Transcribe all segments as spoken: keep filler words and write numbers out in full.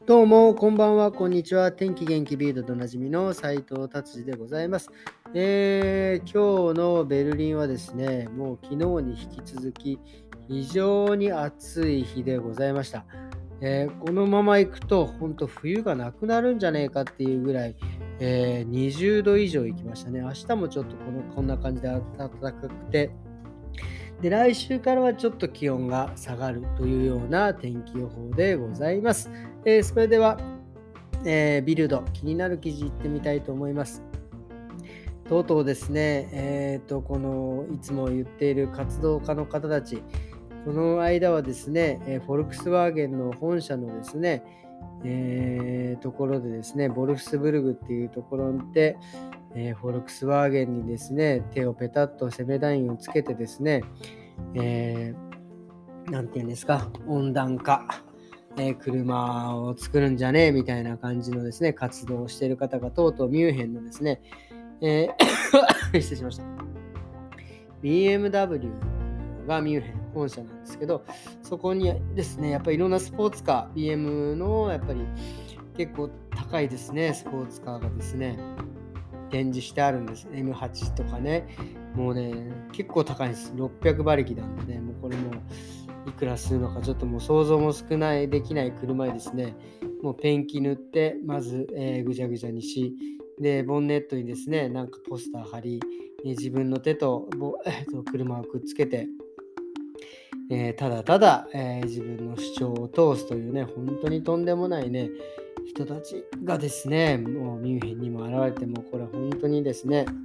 どうも、こんばんは、こんにちは。天気元気ビートでおなじみの斉藤達治でございます。えー、今日のベルリンはですね、もう昨日に引き続き非常に暑い日でございました。えーこのまま行くと、本当冬がなくなるんじゃねえかっていうぐらい、えーにじゅうど以上行きましたね。明日もちょっとこのこんな感じで暖かくて、で、来週からはちょっと気温が下がるというような天気予報でございます。えーそれでは、えービルド、気になる記事いってみたいと思います。とうとうですね、えーと、このいつも言っている活動家の方たち、この間はですね、えーフォルクスワーゲンの本社のですね、えーところでですね、ボルフスブルグっていうところで、えーフォルクスワーゲンにですね、手をペタッとセメダインをつけてですね、えーなんていうんですか、温暖化、えー車を作るんじゃねえみたいな感じのですね、活動をしている方がとうとうミュンヘンのですね、えー失礼しました。ビーエムダブリュー がミュンヘン本社なんですけど、そこにですね、やっぱりいろんなスポーツカー、ビーエム のやっぱり結構高いですね、スポーツカーがですね、展示してあるんです。エムはち とかね。もうね、結構高いんです。ろっぴゃく馬力なんでね、もうこれもいくらするのかちょっともう想像も少ないできない車にですね、もうペンキ塗って、まず、えーぐちゃぐちゃにし、で、ボンネットにですね、なんかポスター貼り、えー自分の手と、ぼえーと車をくっつけて、えーただただ、えー自分の主張を通すというね、本当にとんでもないね、人たちがですね、もうミュンヘンにも現れて、もうこれ本当にですね、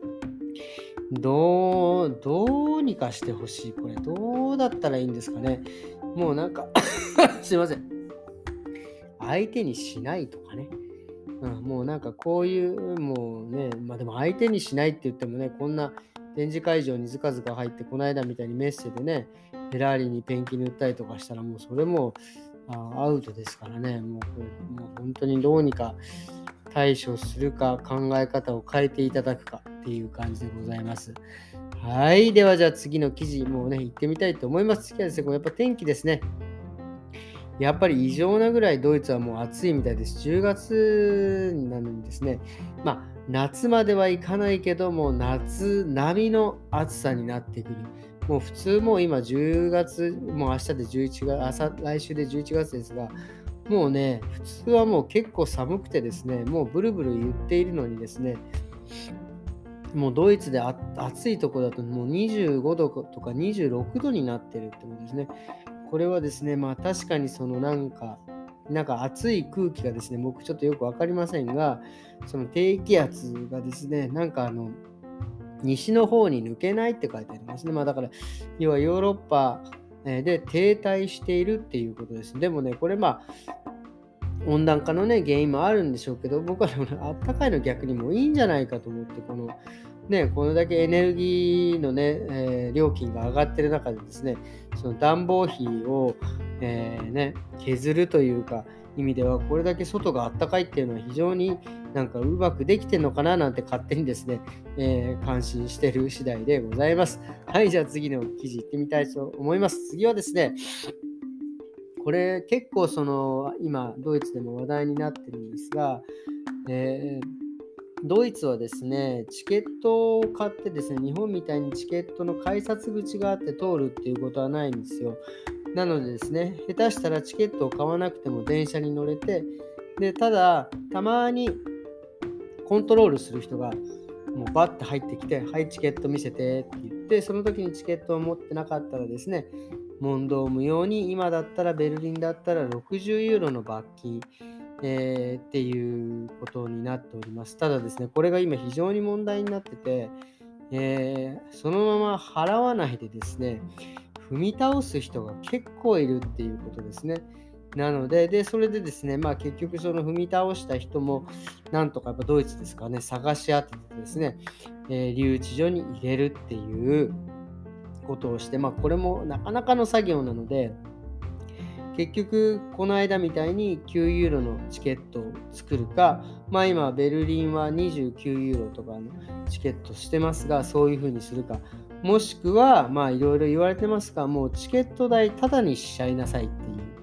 どう、どうにかしてほしい。これどうだったらいいんですかね。もうなんかすいません。相手にしないとかね。うん、もうなんかこういう、もうね、まあでも相手にしないって言ってもね、こんな展示会場にずかずか入って、この間みたいにメッセでね、フェラーリにペンキ塗ったりとかしたら、もうそれもあアウトですからね、もうこれ、もう本当にどうにか対処するか、考え方を変えていただくかっていう感じでございます。はい。ではじゃあ次の記事、もうね、行ってみたいと思います。次はですね、これやっぱ天気ですね。やっぱり異常なぐらいドイツはもう暑いみたいです。じゅうがつなのにですね、まあ、夏まではいかないけども、夏並みの暑さになってくる。もう普通もう今じゅうがつ、もう明日でじゅういちがつ、朝来週でじゅういちがつですが、もうね、普通はもう結構寒くてですね、もうブルブル言っているのにですね、もうドイツであ暑いところだともうにじゅうごどとかにじゅうろくどになってるってことですね。これはですね、まあ確かにそのなんか、なんか暑い空気がですね、僕ちょっとよくわかりませんが、その低気圧がですね、なんかあの、西の方に抜けないって書いてありますね。まあだから、要はヨーロッパえーで停滞しているっていうことです。でもね、これまあ、温暖化のね、原因もあるんでしょうけど、僕はでもね、あったかいの逆にもういいんじゃないかと思って、このね、これだけエネルギーのね、えー料金が上がってる中でですね、その暖房費を、えーね、削るというか、意味では、これだけ外があったかいっていうのは非常になんかうまくできてるのかななんて勝手にですね、えー感心してる次第でございます。はい、じゃあ次の記事行ってみたいと思います。次はですね、これ結構その今ドイツでも話題になってるんですが、えードイツはですね、チケットを買ってですね、日本みたいにチケットの改札口があって通るっていうことはないんですよ。なのでですね、下手したらチケットを買わなくても電車に乗れて、で、ただ、たまにコントロールする人がもうバッて入ってきて、はい、チケット見せてって言って、その時にチケットを持ってなかったらですね、問答無用に、今だったらベルリンだったらろくじゅうユーロの罰金、えーっていうことになっております。ただですね、これが今非常に問題になってて、えーそのまま払わないでですね、踏み倒す人が結構いるっていうことですね。なので、で、それでですね、まあ結局その踏み倒した人も、なんとかやっぱドイツですかね、探し当ててですね、えー留置所に入れるっていうことをして、まあこれもなかなかの作業なので、結局この間みたいにきゅうユーロのチケットを作るか、まあ今ベルリンはにじゅうきゅうユーロとかのチケットしてますが、そういう風にするか、もしくはまあいろいろ言われてますが、もうチケット代タダにしちゃいなさいっていう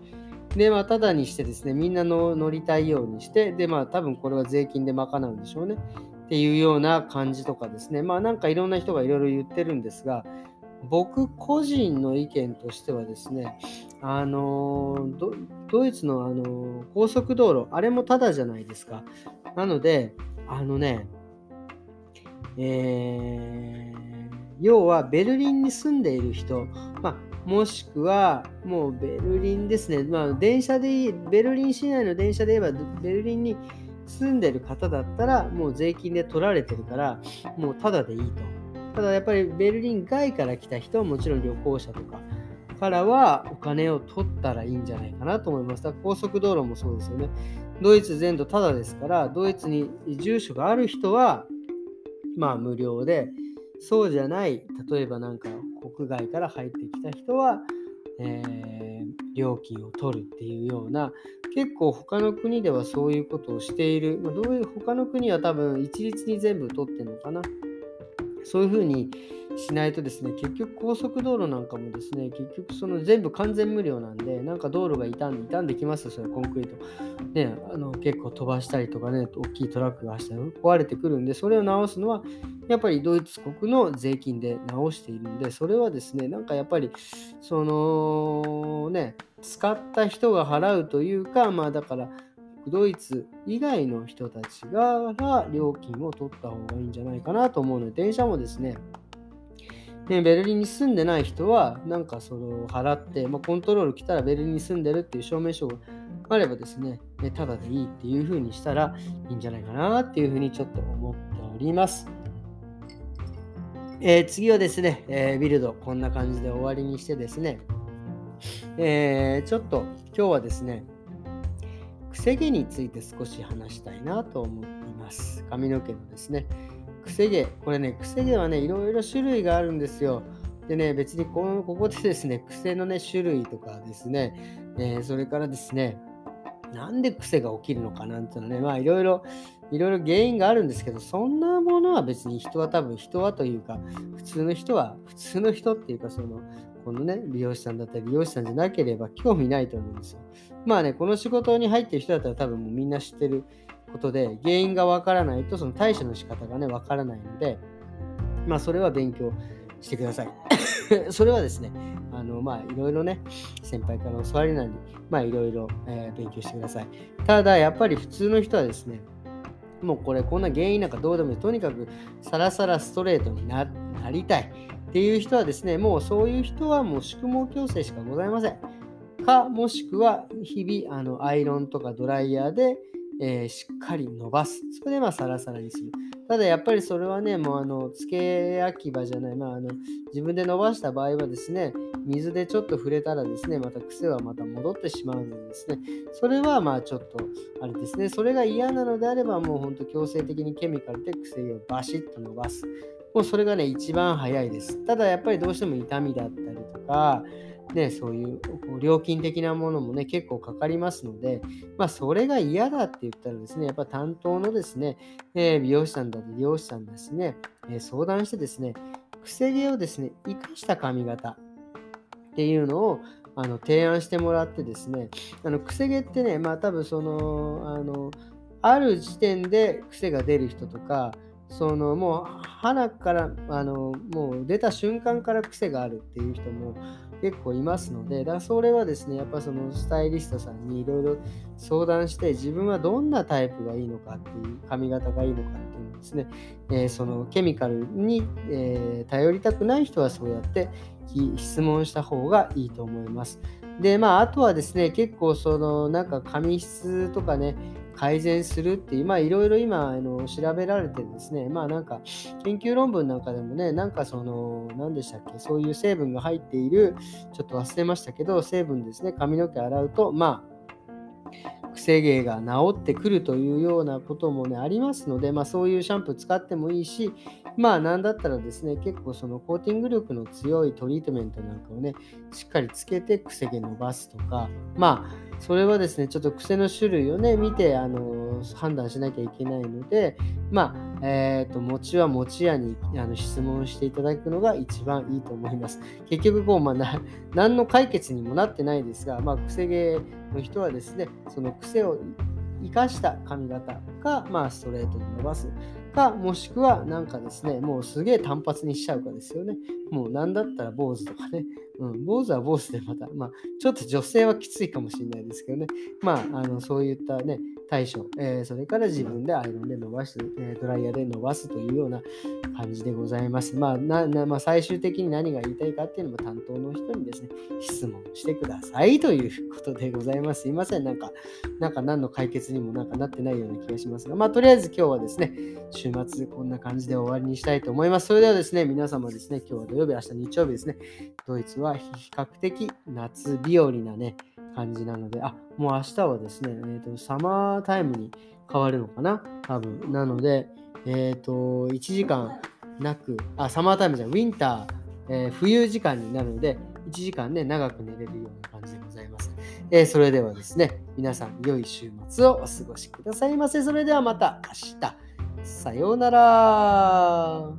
で、まあ、ただにしてですね、みんなの乗りたいようにして、で、まあ、多分これは税金で賄うんでしょうね。っていうような感じとかですね。まあ、なんかいろんな人がいろいろ言ってるんですが、僕個人の意見としてはですね、あのドドイツの、あの高速道路、あれもタダじゃないですか。なので、あのね、えー要はベルリンに住んでいる人、まあ、もしくはもうベルリンですね、まあ、電車でいい、ベルリン市内の電車で言えば、ベルリンに住んでる方だったら、もう税金で取られてるから、もうタダでいいと。ただやっぱりベルリン外から来た人はもちろん旅行者とかからはお金を取ったらいいんじゃないかなと思います。だから高速道路もそうですよね。ドイツ全土タダですから、ドイツに住所がある人は、まあ無料で、そうじゃない、例えばなんか国外から入ってきた人は、えー料金を取るっていうような、結構他の国ではそういうことをしている。まあ、どういう他の国は多分一律に全部取ってるのかな。そういうふうにしないとですね、結局高速道路なんかもですね、結局その全部完全無料なんで、なんか道路が傷んで傷んできますよ、それコンクリート。ね、あの結構飛ばしたりとかね、大きいトラックが走ったり壊れてくるんで、それを直すのは、やっぱりドイツ国の税金で直しているんで、それはですね、なんかやっぱり、そのね、使った人が払うというか、まあだから、ドイツ以外の人たちが料金を取った方がいいんじゃないかなと思うので、電車もですね、ねベルリンに住んでない人は、なんかそれを払って、まあ、コントロール来たらベルリンに住んでるっていう証明書があればですね、ねただでいいっていう風にしたらいいんじゃないかなっていう風にちょっと思っております。えー次はですね、えービルド、こんな感じで終わりにしてですね、えーちょっと今日はですね、くせ毛について少し話したいなと思っています。髪の毛のですね。くせ毛。これね、くせ毛はね、いろいろ種類があるんですよ。でね、別にこのここでですね、癖のね、種類とかですね、えーそれからですね、なんで癖が起きるのかなんていうのね、まあいろいろ、いろいろ原因があるんですけど、そんなものは別に人は多分、人はというか、普通の人は、普通の人っていうか、その、このね、美容師さんだったり、美容師さんじゃなければ興味ないと思うんですよ。まあね、この仕事に入ってる人だったら多分もうみんな知ってることで、原因がわからないと、その対処の仕方がね、わからないので、まあそれは勉強してください。それはですね、あの、まあいろいろね、先輩から教わりなり、まあいろいろ、えー勉強してください。ただ、やっぱり普通の人はですね、もうこれこんな原因なんかどうでもいい。とにかくサラサラストレートにななりたいっていう人はですね、もうそういう人はもう宿毛矯正しかございません。か、もしくは日々あのアイロンとかドライヤーで、えーしっかり伸ばす。それでまあサラサラにする。ただやっぱりそれはね、もうあの、付け焼き場じゃない、まああの、自分で伸ばした場合はですね、水でちょっと触れたらですね、また癖はまた戻ってしまうのでですね、それはまあちょっと、あれですね、それが嫌なのであれば、もうほんと強制的にケミカルで癖をバシッと伸ばす。もうそれがね、一番早いです。ただやっぱりどうしても痛みだったりとか、ね、そういうこう料金的なものもね、結構かかりますので、まあ、それが嫌だって言ったらですね、やっぱ担当のですね、えー美容師さんだって美容師さんですね、えー相談してですね、くせ毛をですね、生かした髪型っていうのをあの提案してもらってですね、あのくせ毛ってね、まあ多分その、あの、ある時点で癖が出る人とか、そのもう鼻からあのもう出た瞬間から癖があるっていう人も結構いますので、だからそれはですね、やっぱそのスタイリストさんにいろいろ相談して、自分はどんなタイプがいいのかっていう、髪型がいいのかっていうのをですね、えーそのケミカルに、えー頼りたくない人はそうやってき質問した方がいいと思います。で、まあ、あとはですね、結構そのなんか髪質とかね、改善するっていう、まあいろいろ今あの調べられてですね、まあなんか研究論文なんかでもね、なんかその、何でしたっけ、そういう成分が入っている、ちょっと忘れましたけど、成分ですね、髪の毛洗うと、まあ、くせ毛が治ってくるというようなこともね、ありますので、まあそういうシャンプー使ってもいいし、まあなんだったらですね、結構そのコーティング力の強いトリートメントなんかをね、しっかりつけてくせ毛伸ばすとか、まあそれはですね、ちょっと癖の種類をね、見て、あの、 と判断しなきゃいけないので、まあ、えーと、餅は餅屋にあの質問していただくのが一番いいと思います。結局こう、まあ、な何の解決にもなってないですが、まあ、癖毛の人はですね、その癖を生かした髪型か、まあ、ストレートに伸ばすか、もしくはなんかですね、もうすげえ単発にしちゃうかですよね。もうなんだったら坊主とかね、うん、坊主は坊主でまた、まあ、ちょっと女性はきついかもしれないですけどね、まあ、あのそういったね、対処、えーそれから自分でアイロンで伸ばす、えードライヤーで伸ばすというような感じでございます。まあ、ななまあ、最終的に何が言いたいかっていうのも担当の人にですね、質問してくださいということでございます。すいません、なんか、なんか何の解決にもなんかなってないような気がしますが、まあ、とりあえず今日はですね、週末こんな感じで終わりにしたいと思います。それではですね、皆様ですね、今日は土曜日、明日日曜日ですね、ドイツは比較的夏日和なね、感じなので、あ、もう明日はですね、えーと、サマータイムに変わるのかな多分。なので、えっ、と、いちじかんなく、あ、サマータイムじゃん、ウィンター、えー冬時間になるので、いちじかんね、長く寝れるような感じでございます。えーそれではですね、皆さん良い週末をお過ごしくださいませ。それではまた明日。さようなら。